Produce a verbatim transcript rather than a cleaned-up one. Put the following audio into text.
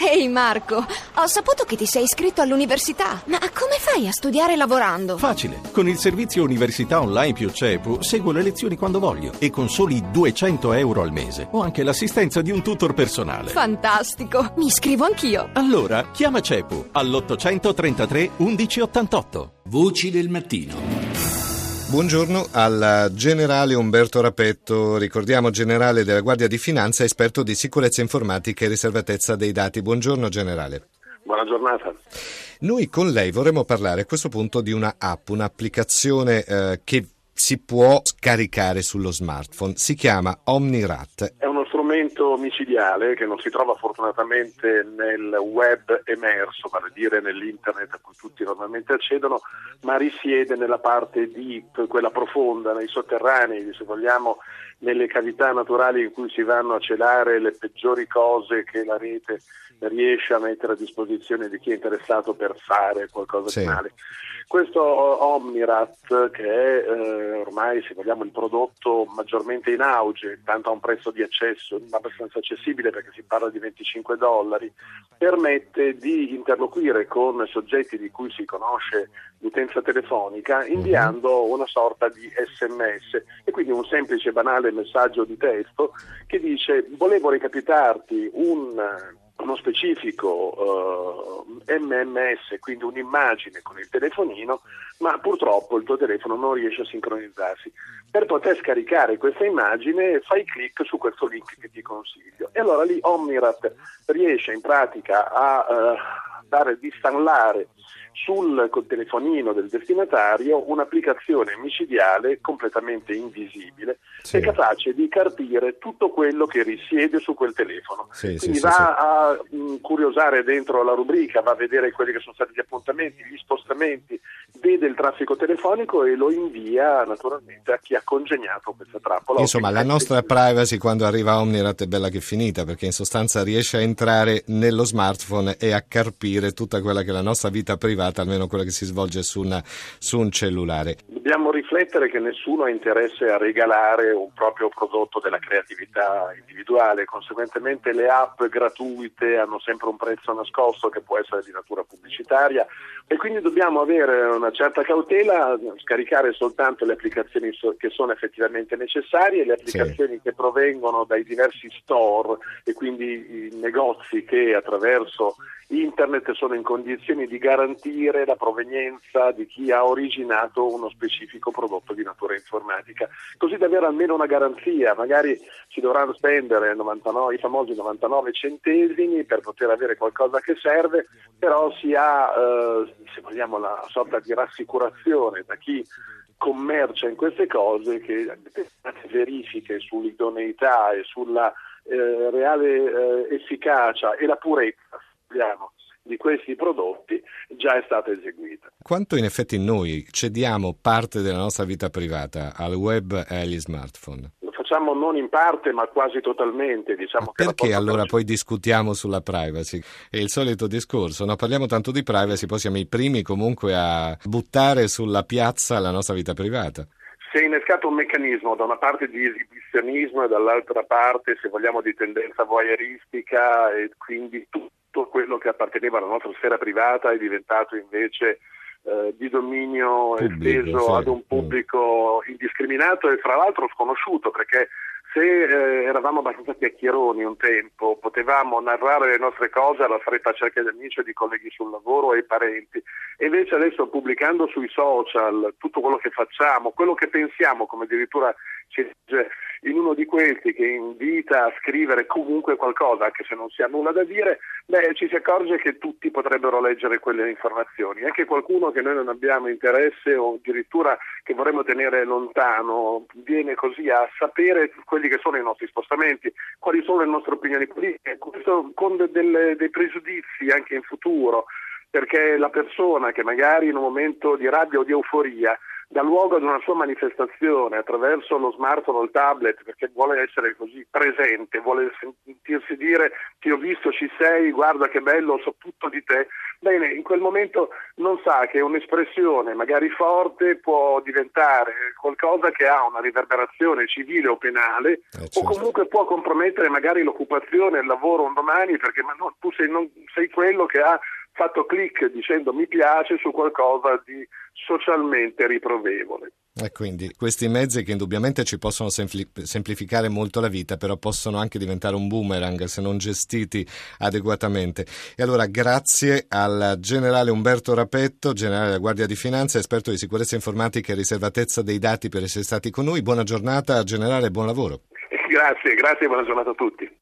Ehi Marco, ho saputo che ti sei iscritto all'università. Ma come fai a studiare lavorando? Facile, con il servizio Università Online più CEPU seguo le lezioni quando voglio e con soli duecento euro al mese ho anche l'assistenza di un tutor personale. Fantastico, mi iscrivo anch'io. Allora chiama CEPU all'ottocentotrentatré undici ottantotto. Voci del mattino. Buongiorno al generale Umberto Rapetto, ricordiamo generale della Guardia di Finanza, esperto di sicurezza informatica e riservatezza dei dati. Buongiorno generale. Buona giornata. Noi con lei vorremmo parlare a questo punto di una app, un'applicazione eh, che si può scaricare sullo smartphone, si chiama OmniRat. È uno strumento micidiale che non si trova fortunatamente nel web emerso, vale a dire nell'internet a cui tutti normalmente accedono, ma risiede nella parte deep, quella profonda, nei sotterranei, se vogliamo, nelle cavità naturali in cui si vanno a celare le peggiori cose che la rete riesce a mettere a disposizione di chi è interessato per fare qualcosa sì. di male. Questo OmniRat, che è eh, ormai, se vogliamo, il prodotto maggiormente in auge, tanto a un prezzo di accesso abbastanza accessibile perché si parla di venticinque dollari, permette di interloquire con soggetti di cui si conosce l'utenza telefonica inviando una sorta di esse emme esse e quindi un semplice banale messaggio di testo che dice: volevo recapitarti un uno specifico uh, emme emme esse, quindi un'immagine con il telefonino, ma purtroppo il tuo telefono non riesce a sincronizzarsi. Per poter scaricare questa immagine fai clic su questo link che ti consiglio. E allora lì OmniRat riesce in pratica a uh, dare, di installare sul telefonino del destinatario un'applicazione micidiale completamente invisibile, sì. che è capace di carpire tutto quello che risiede su quel telefono. Sì, Quindi sì, va sì, a mh, curiosare dentro la rubrica, va a vedere quelli che sono stati gli appuntamenti, gli spostamenti, vede il traffico telefonico e lo invia naturalmente a chi ha congegnato questa trappola. Insomma, la nostra privacy quando arriva OmniRat è bella che finita, perché in sostanza riesce a entrare nello smartphone e a carpire tutta quella che è la nostra vita privata, almeno quella che si svolge su, una, su un cellulare. Dobbiamo riflettere che nessuno ha interesse a regalare un proprio prodotto della creatività individuale, conseguentemente le app gratuite hanno sempre un prezzo nascosto che può essere di natura pubblicitaria e quindi dobbiamo avere una certa cautela, scaricare soltanto le applicazioni che sono effettivamente necessarie, le applicazioni sì. che provengono dai diversi store e quindi i negozi che attraverso internet sono in condizioni di garantire la provenienza di chi ha originato uno specifico prodotto di natura informatica, così da avere almeno una garanzia. Magari si dovranno spendere novantanove, i famosi novantanove centesimi per poter avere qualcosa che serve, però si ha, eh, se vogliamo, la sorta di rassicurazione da chi commercia in queste cose che determinate verifiche sull'idoneità e sulla eh, reale eh, efficacia e la purezza di questi prodotti già è stata eseguita. Quanto in effetti noi cediamo parte della nostra vita privata al web e agli smartphone? Lo facciamo non in parte ma quasi totalmente. Diciamo che perché allora poi discutiamo sulla privacy? È il solito discorso, no? Parliamo tanto di privacy, poi siamo i primi comunque a buttare sulla piazza la nostra vita privata. Si è innescato un meccanismo da una parte di esibizionismo e dall'altra parte, se vogliamo, di tendenza voyeuristica e quindi tutto quello che apparteneva alla nostra sfera privata è diventato invece eh, di dominio pubblico, esteso sì. ad un pubblico indiscriminato e fra l'altro sconosciuto, perché se eh, eravamo abbastanza chiacchieroni un tempo, potevamo narrare le nostre cose alla stretta cerchia di amici e di colleghi sul lavoro e parenti, e invece adesso pubblicando sui social tutto quello che facciamo, quello che pensiamo, come addirittura ci dice in uno di questi che invita a scrivere comunque qualcosa, anche se non si ha nulla da dire, beh, ci si accorge che tutti potrebbero leggere quelle informazioni, anche qualcuno che noi non abbiamo interesse o addirittura che vorremmo tenere lontano viene così a sapere quelli che sono i nostri spostamenti, quali sono le nostre opinioni politiche, questo con de- delle, dei pregiudizi anche in futuro, perché la persona che magari in un momento di rabbia o di euforia dà luogo ad una sua manifestazione attraverso lo smartphone o il tablet, perché vuole essere così presente, vuole sentirsi dire ti ho visto, ci sei, guarda che bello, so tutto di te, bene, in quel momento non sa che un'espressione magari forte può diventare qualcosa che ha una riverberazione civile o penale, eh, certo. o comunque può compromettere magari l'occupazione, il lavoro un domani, perché ma no, tu sei, non, sei quello che ha fatto click dicendo mi piace su qualcosa di socialmente riprovevole. E quindi questi mezzi che indubbiamente ci possono sempli- semplificare molto la vita, però possono anche diventare un boomerang se non gestiti adeguatamente. E allora grazie al generale Umberto Rapetto, generale della Guardia di Finanza, esperto di sicurezza informatica e riservatezza dei dati, per essere stati con noi. Buona giornata generale, buon lavoro. Grazie, grazie e buona giornata a tutti.